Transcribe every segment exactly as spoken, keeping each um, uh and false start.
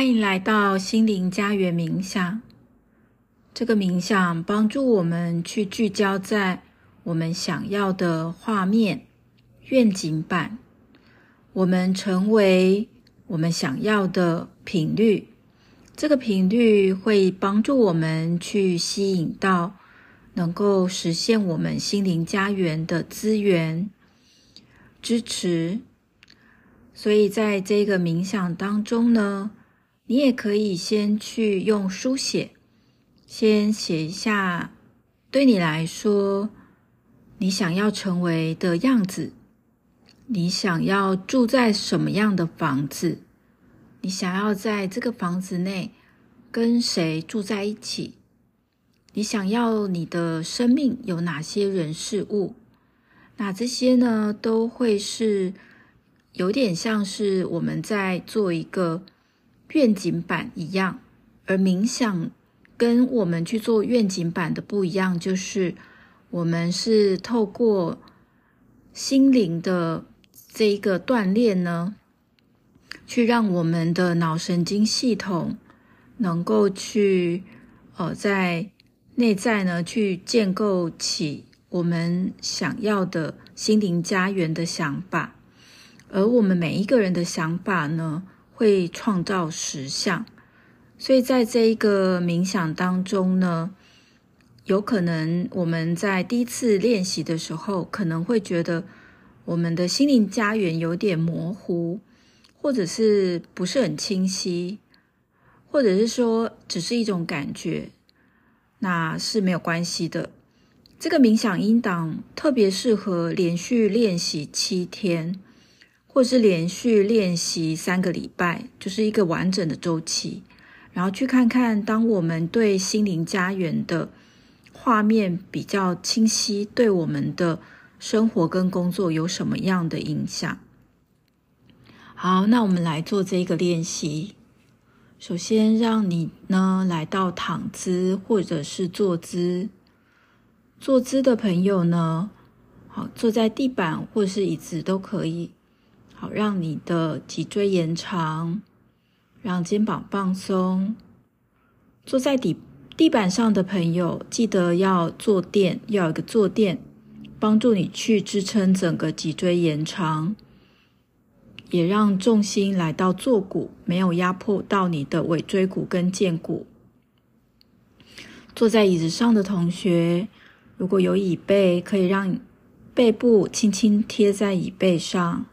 欢迎来到心灵家园冥想。这个冥想帮助我们去聚焦在我们想要的画面、愿景板，我们成为我们想要的频率。这个频率会帮助我们去吸引到能够实现我们心灵家园的资源、支持。所以在这个冥想当中呢，你也可以先去用书写，先写一下对你来说你想要成为的样子，你想要住在什么样的房子，你想要在这个房子内跟谁住在一起，你想要你的生命有哪些人事物。那这些呢，都会是有点像是我们在做一个愿景板一样。而冥想跟我们去做愿景板的不一样，就是我们是透过心灵的这一个锻炼呢，去让我们的脑神经系统能够去呃在内在呢去建构起我们想要的心灵家园的想法。而我们每一个人的想法呢，会创造实相。所以在这一个冥想当中呢，有可能我们在第一次练习的时候，可能会觉得我们的心灵家园有点模糊，或者是不是很清晰，或者是说只是一种感觉，那是没有关系的。这个冥想音档特别适合连续练习七天，或是连续练习三个礼拜，就是一个完整的周期，然后去看看当我们对心灵家园的画面比较清晰，对我们的生活跟工作有什么样的影响。好，那我们来做这个练习。首先让你呢来到躺姿或者是坐姿。坐姿的朋友呢，好，坐在地板或是椅子都可以。好，让你的脊椎延长，让肩膀放松。坐在地地板上的朋友，记得要坐垫，要有一个坐垫，帮助你去支撑整个脊椎延长，也让重心来到坐骨，没有压迫到你的尾椎骨跟剑骨。坐在椅子上的同学，如果有椅背，可以让背部轻轻贴在椅背上。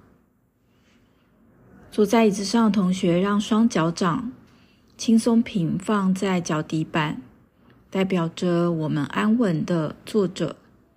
坐在椅子上的同学，让双脚掌轻松平放在脚底板，代表着我们安稳的坐着。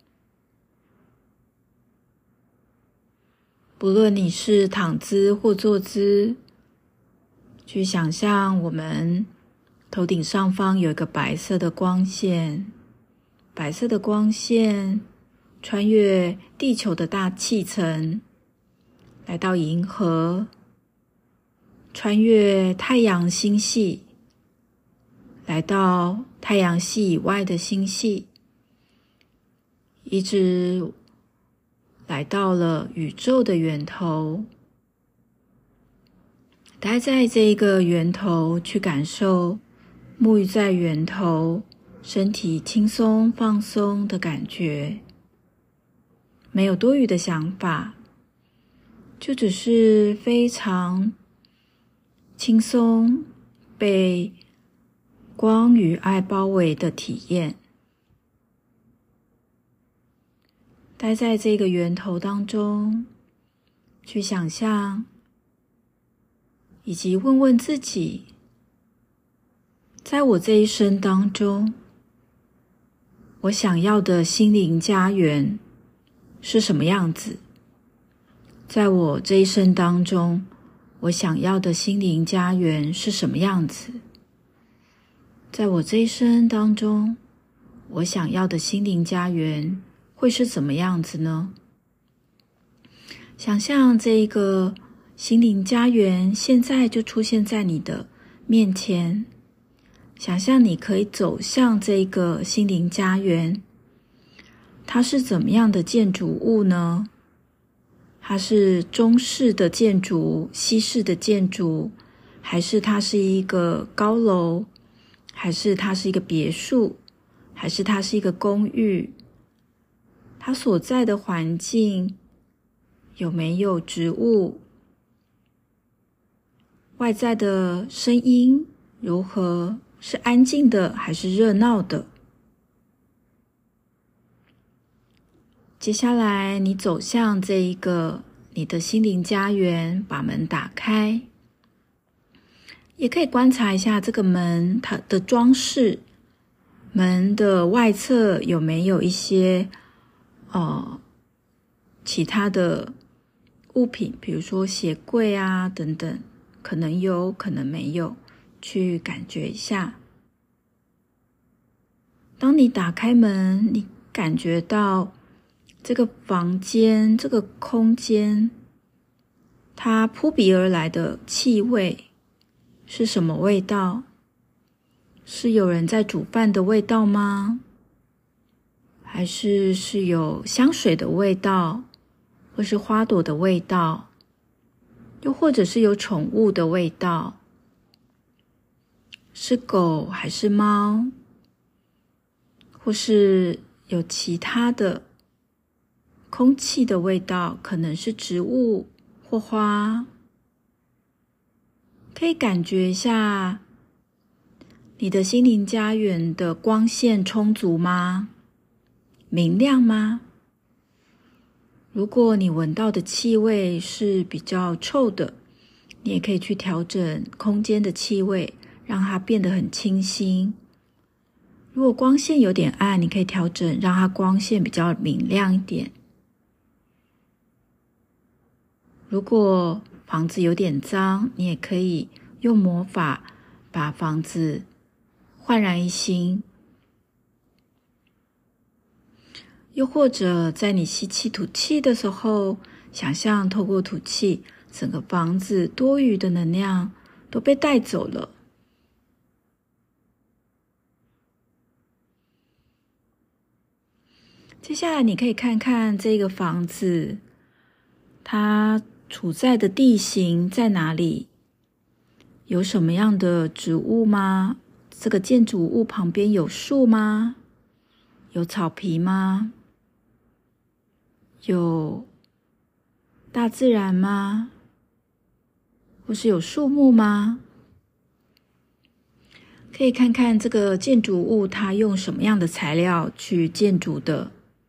不论你是躺姿或坐姿，去想象我们头顶上方有一个白色的光线，白色的光线穿越地球的大气层，来到银河，穿越太阳星系，来到太阳系以外的星系，一直来到了宇宙的源头。待在这个源头，去感受沐浴在源头，身体轻松放松的感觉，没有多余的想法，就只是非常轻松被光与爱包围的体验。待在这个源头当中，去想象以及问问自己，在我这一生当中，我想要的心灵家园是什么样子？在我这一生当中，我想要的心灵家园是什么样子？在我这一生当中，我想要的心灵家园会是怎么样子呢？想象这一个心灵家园现在就出现在你的面前，想象你可以走向这个心灵家园，它是怎么样的建筑物呢？它是中式的建筑、西式的建筑， 还是它是一个高楼，还是它是一个别墅，还是它是一个公寓，它所在的环境有没有植物，外在的声音如何，是安静的还是热闹的。接下来你走向这一个你的心灵家园，把门打开，也可以观察一下这个门它的装饰，门的外侧有没有一些呃其他的物品，比如说鞋柜啊等等，可能有可能没有，去感觉一下。当你打开门，你感觉到这个房间，这个空间，它扑鼻而来的气味是什么味道？是有人在煮饭的味道吗？还是是有香水的味道，或是花朵的味道，又或者是有宠物的味道？是狗还是猫？或是有其他的空气的味道，可能是植物或花。可以感觉一下你的心灵家园的光线充足吗？明亮吗？如果你闻到的气味是比较臭的，你也可以去调整空间的气味，让它变得很清新。如果光线有点暗，你可以调整，让它光线比较明亮一点。如果房子有点脏，你也可以用魔法把房子焕然一新。又或者在你吸气吐气的时候，想象透过吐气，整个房子多余的能量都被带走了。接下来你可以看看这个房子，它处在的地形在哪里？有什么样的植物吗？这个建筑物旁边有树吗？有草皮吗？有大自然吗？或是有树木吗？可以看看这个建筑物它用什么样的材料去建筑的。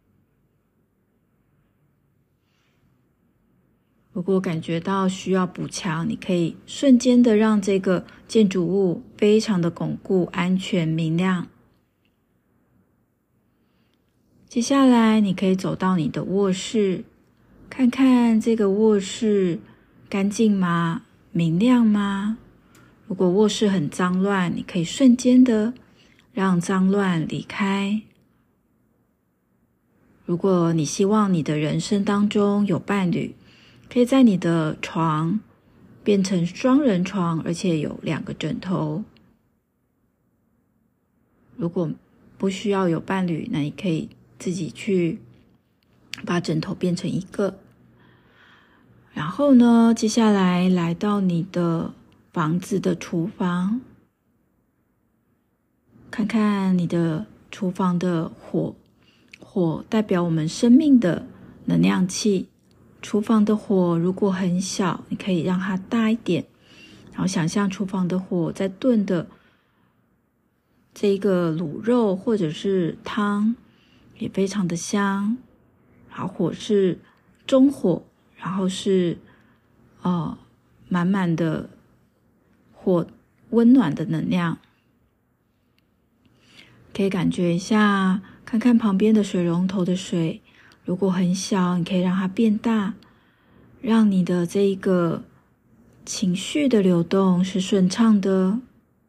如果感觉到需要补强，你可以瞬间的让这个建筑物非常的巩固、安全、明亮。接下来你可以走到你的卧室，看看这个卧室干净吗？明亮吗？如果卧室很脏乱，你可以瞬间的让脏乱离开。如果你希望你的人生当中有伴侣，可以在你的床变成双人床，而且有两个枕头。如果不需要有伴侣，那你可以自己去把枕头变成一个。然后呢，接下来来到你的房子的厨房，看看你的厨房的火，火代表我们生命的能量器。厨房的火如果很小，你可以让它大一点，然后想象厨房的火在炖的这个卤肉或者是汤也非常的香。然后火是中火，然后是呃满满的火温暖的能量。可以感觉一下，看看旁边的水龙头的水，如果很小，你可以让它变大，让你的这一个情绪的流动是顺畅的。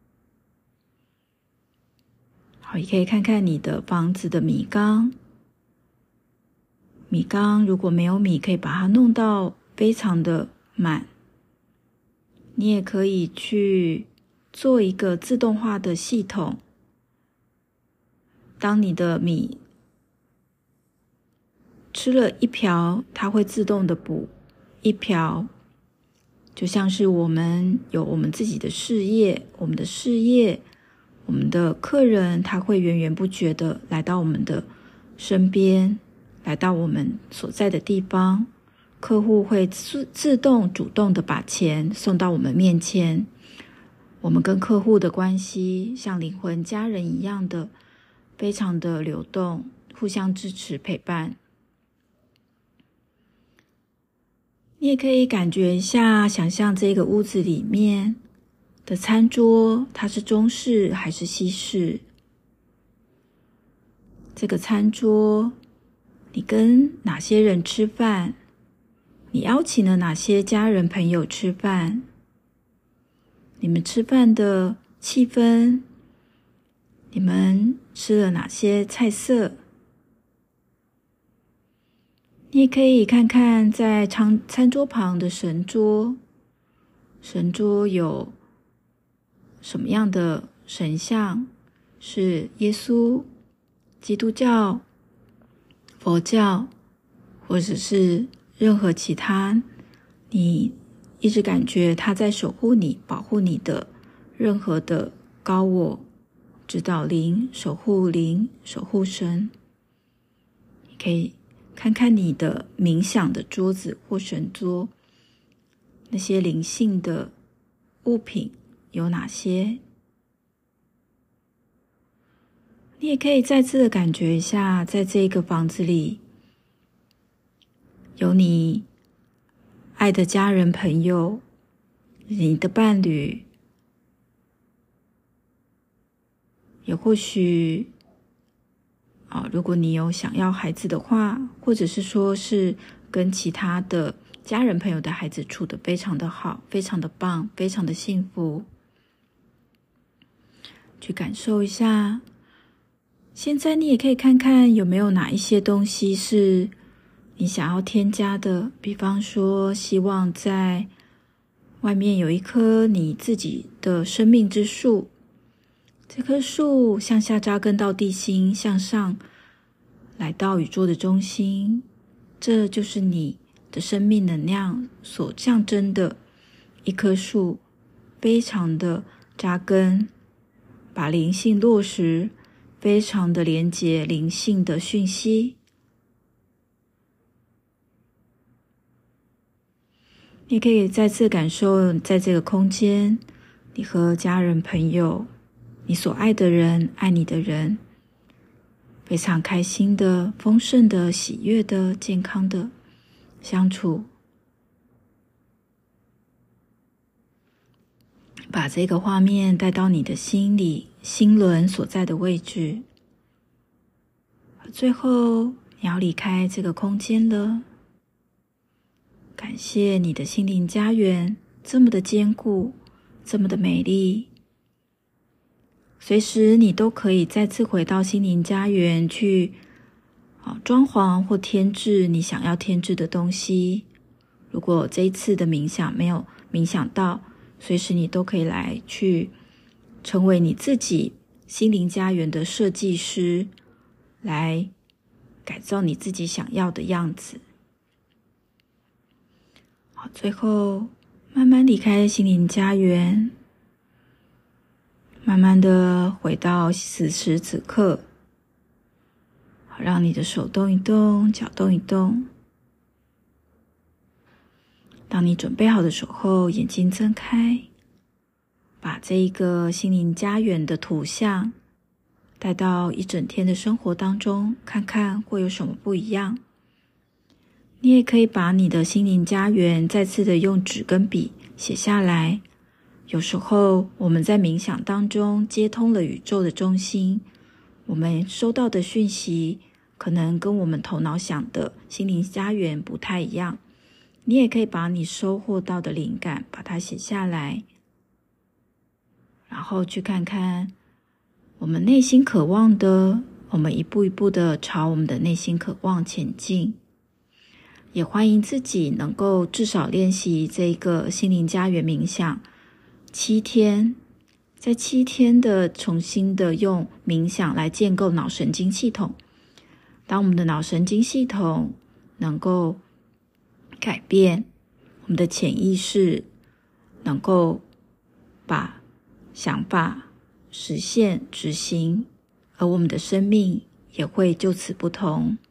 好，也可以看看你的房子的米缸，米缸如果没有米，可以把它弄到非常的满。你也可以去做一个自动化的系统，当你的米吃了一瓢，它会自动的补一瓢， 就像是我们有我们自己的事业，我们的事业，我们的客人，他会源源不绝的来到我们的身边，来到我们所在的地方，客户会自自动主动的把钱送到我们面前。我们跟客户的关系像灵魂家人一样的非常的流动，互相支持陪伴。你也可以感觉一下，想象这个屋子里面的餐桌，它是中式还是西式？这个餐桌，你跟哪些人吃饭？你邀请了哪些家人朋友吃饭？你们吃饭的气氛，你们吃了哪些菜色？你也可以看看在餐餐桌旁的神桌，神桌有什么样的神像？是耶稣、基督教、佛教，或者是任何其他你一直感觉他在守护你、保护你的任何的高我、指导灵、守护灵、守护神。你可以看看你的冥想的桌子或神桌，那些灵性的物品有哪些？你也可以再次的感觉一下，在这个房子里有你爱的家人朋友，你的伴侣，也或许啊，如果你有想要孩子的话，或者是说是跟其他的家人朋友的孩子处得非常的好，非常的棒，非常的幸福，去感受一下。现在你也可以看看有没有哪一些东西是你想要添加的，比方说希望在外面有一棵你自己的生命之树，这棵树向下扎根到地心，向上来到宇宙的中心，这就是你的生命能量所象征的一棵树，非常的扎根，把灵性落实，非常的连接灵性的讯息。你可以再次感受在这个空间，你和家人朋友，你所爱的人，爱你的人，非常开心的、丰盛的、喜悦的、健康的相处。把这个画面带到你的心里，心轮所在的位置。最后，你要离开这个空间了。感谢你的心灵家园这么的坚固，这么的美丽。随时你都可以再次回到心灵家园去啊，装潢或添置你想要添置的东西。如果这一次的冥想没有冥想到，随时你都可以来去成为你自己心灵家园的设计师，来改造你自己想要的样子。好，最后慢慢离开心灵家园，慢慢的回到此时此刻。好，让你的手动一动，脚动一动。当你准备好的时候，眼睛睁开，把这一个心灵家园的图像带到一整天的生活当中，看看会有什么不一样。你也可以把你的心灵家园再次的用纸跟笔写下来。有时候我们在冥想当中接通了宇宙的中心，我们收到的讯息可能跟我们头脑想的心灵家园不太一样。你也可以把你收获到的灵感把它写下来，然后去看看我们内心渴望的，我们一步一步的朝我们的内心渴望前进。也欢迎自己能够至少练习这个心灵家园冥想七天，在七天的重新的用冥想来建构脑神经系统。当我们的脑神经系统能够改变，我们的潜意识能够把想法实现执行，而我们的生命也会就此不同。